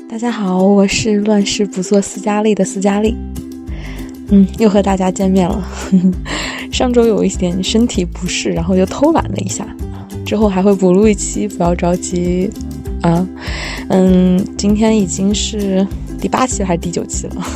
大家好，我是乱世不做斯嘉丽的斯嘉丽。又和大家见面了。上周有一点身体不适，然后又偷懒了一下，之后还会补录一期，不要着急啊。今天已经是第8期还是第9期了。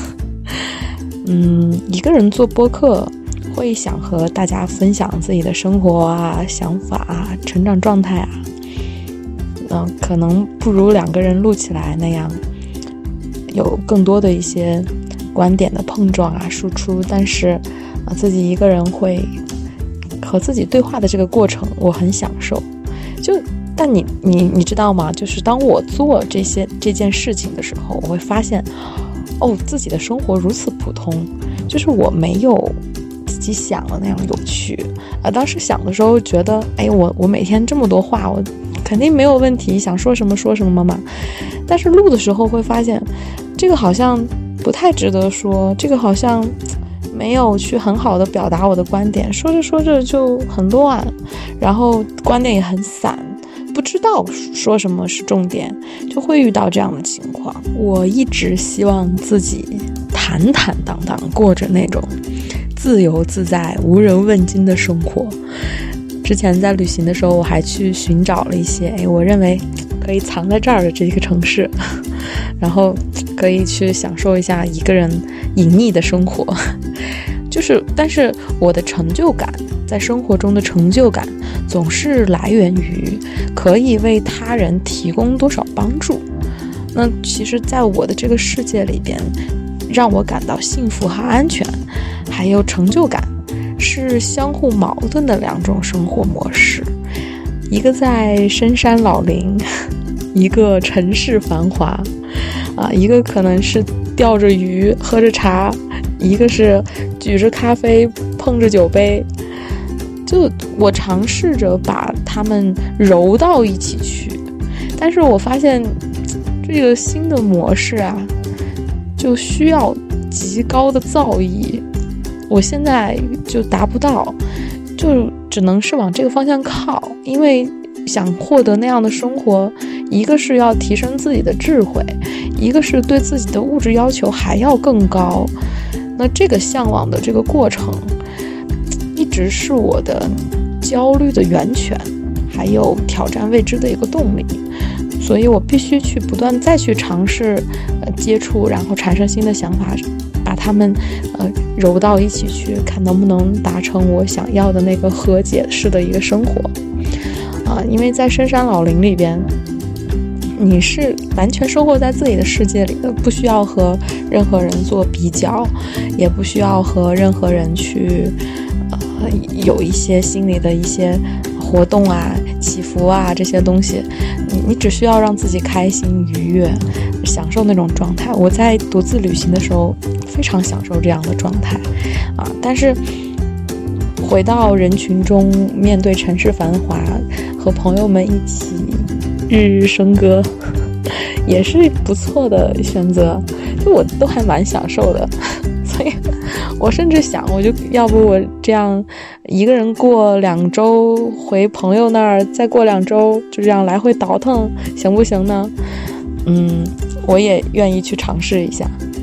一个人做播客会想和大家分享自己的生活啊、想法啊、成长状态啊，可能不如2个人录起来那样有更多的一些观点的碰撞啊、输出，但是自己一个人会和自己对话的这个过程我很享受。但你知道吗，就是当我做这件事情的时候，我会发现自己的生活如此普通，就是我没有自己想的那样有趣。当时想的时候觉得我每天这么多话，我肯定没有问题，想说什么说什么嘛。但是录的时候会发现这个好像不太值得说，这个好像没有去很好的表达我的观点，说着说着就很乱，然后观点也很散，不知道说什么是重点，就会遇到这样的情况。我一直希望自己坦坦荡荡过着那种自由自在无人问津的生活。之前在旅行的时候，我还去寻找了一些我认为可以藏在这儿的这个城市，然后可以去享受一下一个人隐匿的生活。但是我的成就感，在生活中的成就感总是来源于可以为他人提供多少帮助。那其实在我的这个世界里边，让我感到幸福和安全还有成就感是相互矛盾的2种生活模式，一个在深山老林，一个城市繁华一个可能是钓着鱼喝着茶，一个是举着咖啡碰着酒杯。我尝试着把它们揉到一起去，但是我发现这个新的模式就需要极高的造诣，我现在就达不到，就只能是往这个方向靠。因为想获得那样的生活，一个是要提升自己的智慧，一个是对自己的物质要求还要更高。那这个向往的这个过程一直是我的焦虑的源泉，还有挑战未知的一个动力。所以我必须去不断再去尝试接触，然后产生新的想法，把它们揉到一起去，看能不能达成我想要的那个和解式的一个生活因为在深山老林里边，你是完全生活在自己的世界里的，不需要和任何人做比较，也不需要和任何人去有一些心理的一些活动起伏这些东西。你只需要让自己开心愉悦，享受那种状态。我在独自旅行的时候非常享受这样的状态但是回到人群中，面对城市繁华，和朋友们一起日日笙歌，也是不错的选择，我都还蛮享受的。所以我甚至想，我就要不我这样一个人过2周，回朋友那儿再过2周，就这样来回倒腾，行不行呢？我也愿意去尝试一下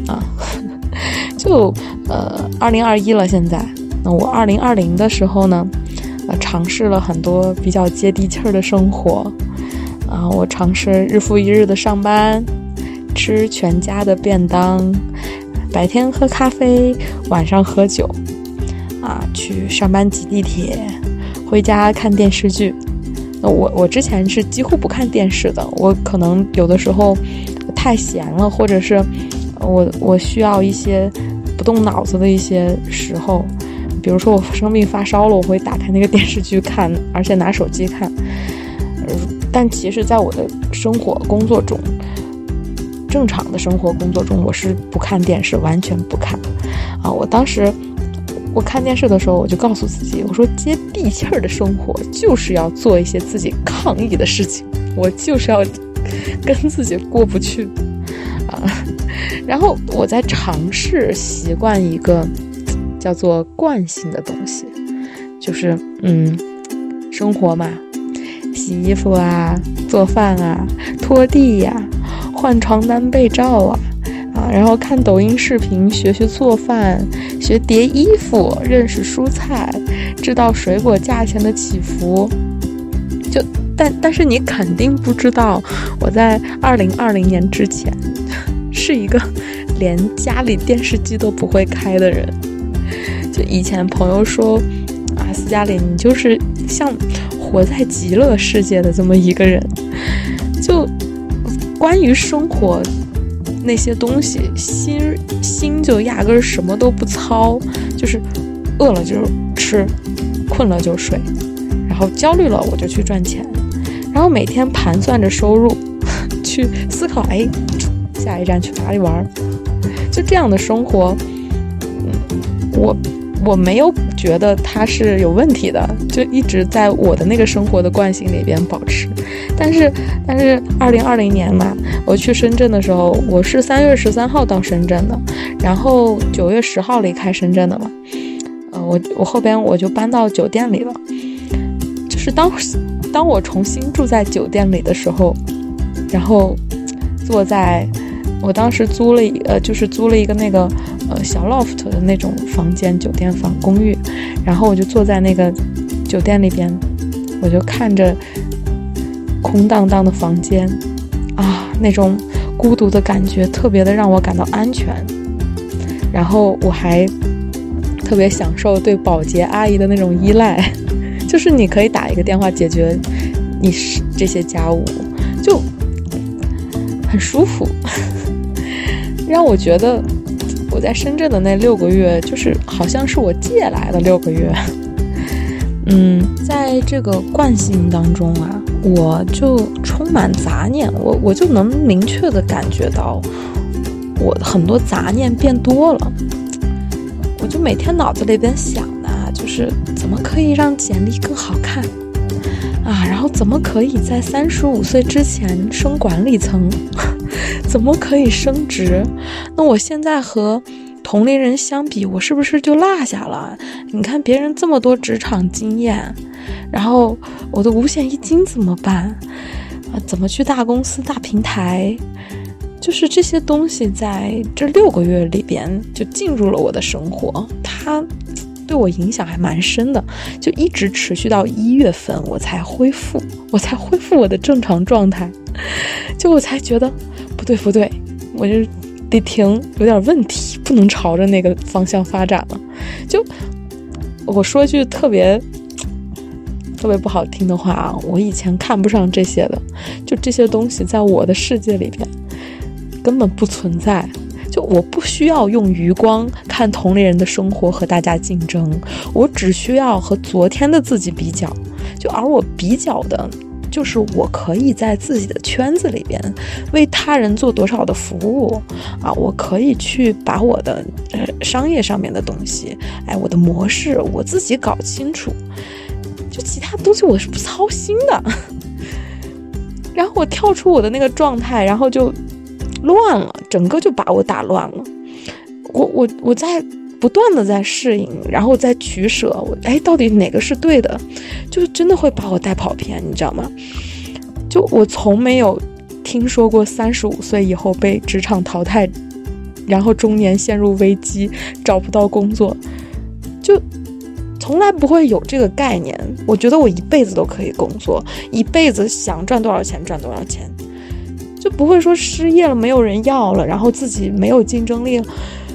2021了现在。那我2020的时候呢尝试了很多比较接地气儿的生活我尝试日复一日的上班，吃全家的便当，白天喝咖啡，晚上喝酒去上班挤地铁，回家看电视剧。那我之前是几乎不看电视的，我可能有的时候太闲了，或者是我需要一些不动脑子的一些时候，比如说我生病发烧了，我会打开那个电视剧看，而且拿手机看。但其实在我的生活工作中，正常的生活工作中，我是不看电视，完全不看我当时我看电视的时候，我就告诉自己，我说接地气儿的生活就是要做一些自己抗议的事情，我就是要跟自己过不去然后我在尝试习惯一个叫做惯性的东西，就是生活嘛，洗衣服做饭拖地换床单被罩然后看抖音视频，学做饭，学叠衣服，认识蔬菜，知道水果价钱的起伏。但是你肯定不知道，我在2020年之前是一个连家里电视机都不会开的人。就以前朋友说斯嘉丽，你就是像活在极乐世界的这么一个人。就关于生活那些东西，心就压根什么都不操，就是饿了就吃，困了就睡，然后焦虑了我就去赚钱，然后每天盘算着收入，去思考下一站去哪里玩。就这样的生活，我没有觉得它是有问题的，就一直在我的那个生活的惯性里边保持。但是2020年嘛，我去深圳的时候，我是3月13号到深圳的，然后9月10号离开深圳的嘛。我后边我就搬到酒店里了。就是当我重新住在酒店里的时候，然后我当时租了一个那个小 loft 的那种房间，酒店房公寓，然后我就坐在那个酒店里边，我就看着空荡荡的房间那种孤独的感觉特别的让我感到安全。然后我还特别享受对保洁阿姨的那种依赖，就是你可以打一个电话解决你这些家务，就很舒服。让我觉得我在深圳的那6个月，就是好像是我借来的6个月。在这个惯性当中我就充满杂念，我就能明确的感觉到我很多杂念变多了。我就每天脑子里边想的就是怎么可以让简历更好看然后怎么可以在35岁之前升管理层，怎么可以升职。那我现在和同龄人相比，我是不是就落下了？你看别人这么多职场经验，然后我的五险一金怎么办怎么去大公司大平台。就是这些东西在这6个月里边就进入了我的生活，它对我影响还蛮深的，就一直持续到1月份我才恢复我的正常状态。就我才觉得不对，我就得停，有点问题，不能朝着那个方向发展了。就我说句特别不好听的话我以前看不上这些的，就这些东西在我的世界里边根本不存在。就我不需要用余光看同龄人的生活和大家竞争，我只需要和昨天的自己比较。而我比较的就是我可以在自己的圈子里边为他人做多少的服务我可以去把我的商业上面的东西我的模式我自己搞清楚，就其他东西我是不操心的。然后我跳出我的那个状态，然后就乱了，整个就把我打乱了。我在不断的在适应，然后在取舍，到底哪个是对的，就真的会把我带跑偏，你知道吗？就我从没有听说过35岁以后被职场淘汰，然后中年陷入危机，找不到工作，就从来不会有这个概念。我觉得我一辈子都可以工作，一辈子想赚多少钱赚多少钱，就不会说失业了没有人要了，然后自己没有竞争力了，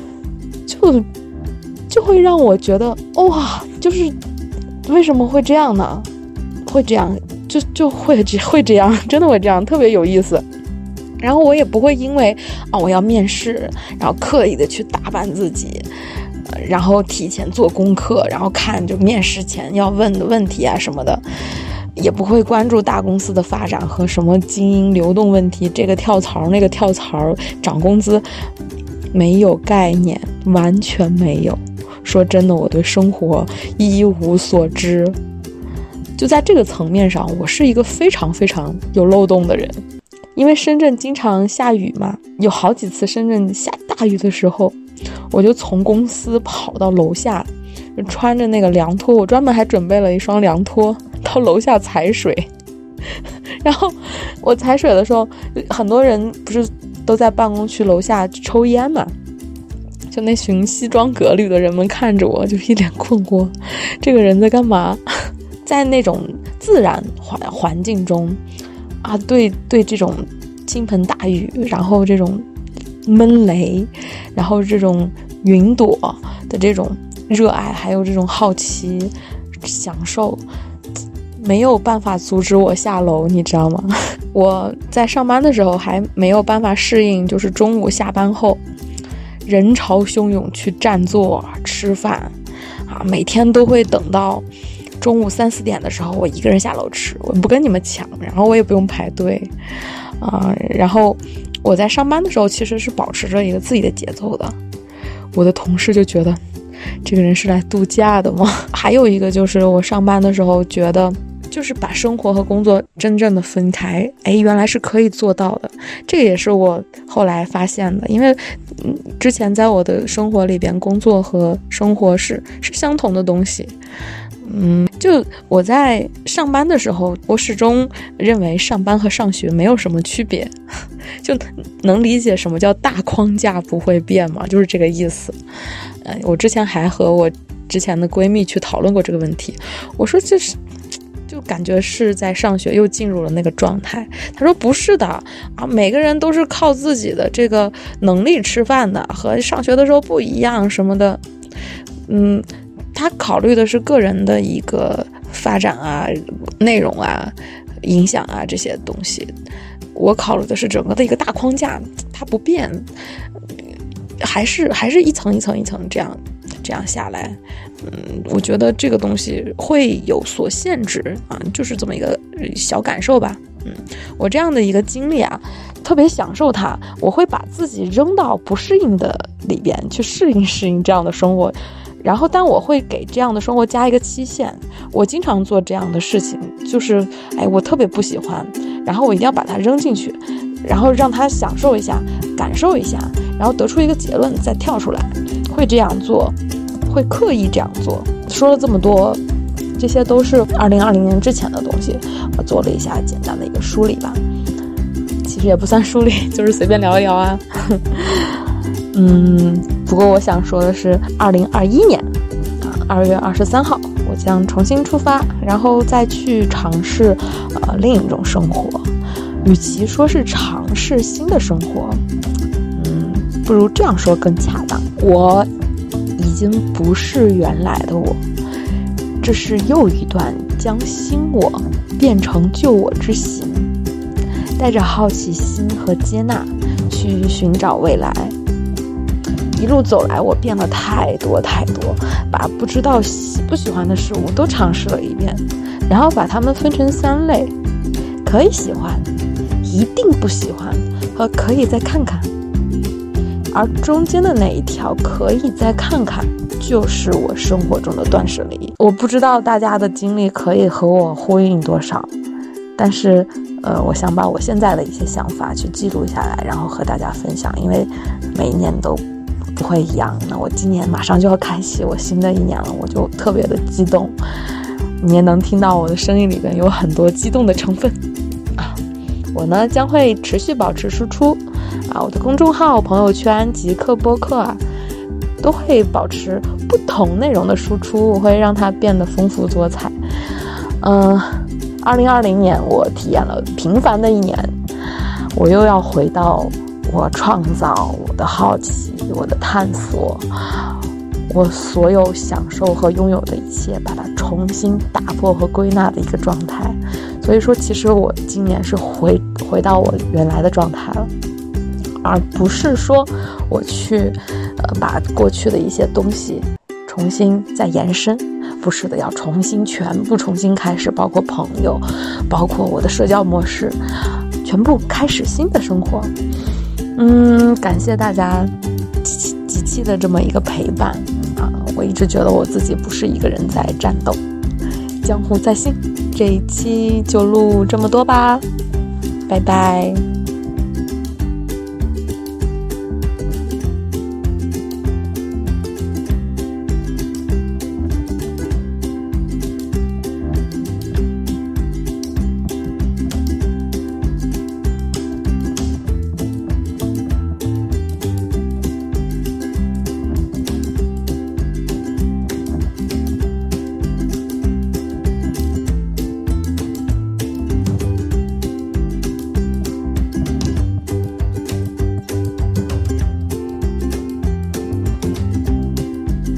就会让我觉得哇，就是为什么会这样呢？会这样，就会这样，真的会这样，特别有意思。然后我也不会因为我要面试，然后刻意的去打扮自己，然后提前做功课，然后看就面试前要问的问题什么的，也不会关注大公司的发展和什么精英流动问题，这个跳槽那个跳槽涨工资，没有概念，完全没有。说真的，我对生活一无所知。就在这个层面上，我是一个非常非常有漏洞的人。因为深圳经常下雨嘛，有好几次深圳下大雨的时候，我就从公司跑到楼下，就穿着那个凉拖，我专门还准备了一双凉拖，到楼下踩水， 然后我踩水的时候，很多人不是都在办公区楼下抽烟嘛，就那群西装革履的人们看着我就一脸困惑，这个人在干嘛？在那种自然环境中啊，对这种倾盆大雨，然后这种闷雷，然后这种云朵的这种热爱，还有这种好奇享受，没有办法阻止我下楼，你知道吗？我在上班的时候还没有办法适应，就是中午下班后人潮汹涌去占座吃饭啊，每天都会等到中午3、4点的时候，我一个人下楼吃，我不跟你们抢，然后我也不用排队然后我在上班的时候其实是保持着一个自己的节奏的。我的同事就觉得这个人是来度假的吗？还有一个就是我上班的时候觉得，就是把生活和工作真正的分开，原来是可以做到的。这个也是我后来发现的，因为之前在我的生活里边，工作和生活是相同的东西。就我在上班的时候，我始终认为上班和上学没有什么区别，就能理解什么叫大框架不会变嘛，就是这个意思。我之前还和我之前的闺蜜去讨论过这个问题，我说就感觉是在上学又进入了那个状态。她说不是的啊，每个人都是靠自己的这个能力吃饭的，和上学的时候不一样什么的。他考虑的是个人的一个发展啊、内容啊、影响啊这些东西，我考虑的是整个的一个大框架，它不变，还是一层一层一层这样下来。我觉得这个东西会有所限制啊，就是这么一个小感受吧。我这样的一个经历啊，特别享受它，我会把自己扔到不适应的里边去适应这样的生活。然后但我会给这样的生活加一个期限，我经常做这样的事情，就是我特别不喜欢，然后我一定要把它扔进去，然后让他享受一下，感受一下，然后得出一个结论再跳出来，会这样做，会刻意这样做。说了这么多，这些都是2020年之前的东西，我做了一下简单的一个梳理吧，其实也不算梳理，就是随便聊一聊啊。不过我想说的是2021年2月23号我将重新出发，然后再去尝试另一种生活。与其说是尝试新的生活，不如这样说更恰当，我已经不是原来的我，这是又一段将新我变成旧我之行，带着好奇心和接纳去寻找未来。一路走来，我变了太多，把不知道喜不喜欢的事物都尝试了一遍，然后把它们分成3类：可以喜欢、一定不喜欢和可以再看看。而中间的那一条可以再看看，就是我生活中的断舍离。我不知道大家的经历可以和我呼应多少，但是我想把我现在的一些想法去记录下来，然后和大家分享，因为每一年都不会一样。那我今年马上就要开启我新的一年了，我就特别的激动，你也能听到我的声音里边有很多激动的成分啊。我呢将会持续保持输出啊，我的公众号、朋友圈及客播客啊，都会保持不同内容的输出，我会让它变得丰富多彩。2020年我体验了平凡的一年，我又要回到我创造、我的好奇、我的探索，我所有享受和拥有的一切，把它重新打破和归纳的一个状态。所以说其实我今年是回到我原来的状态了，而不是说我去把过去的一些东西重新再延伸，不是的，要全部重新开始，包括朋友，包括我的社交模式，全部开始新的生活。感谢大家几期的这么一个陪伴啊！我一直觉得我自己不是一个人在战斗，江湖在心。这一期就录这么多吧，拜拜。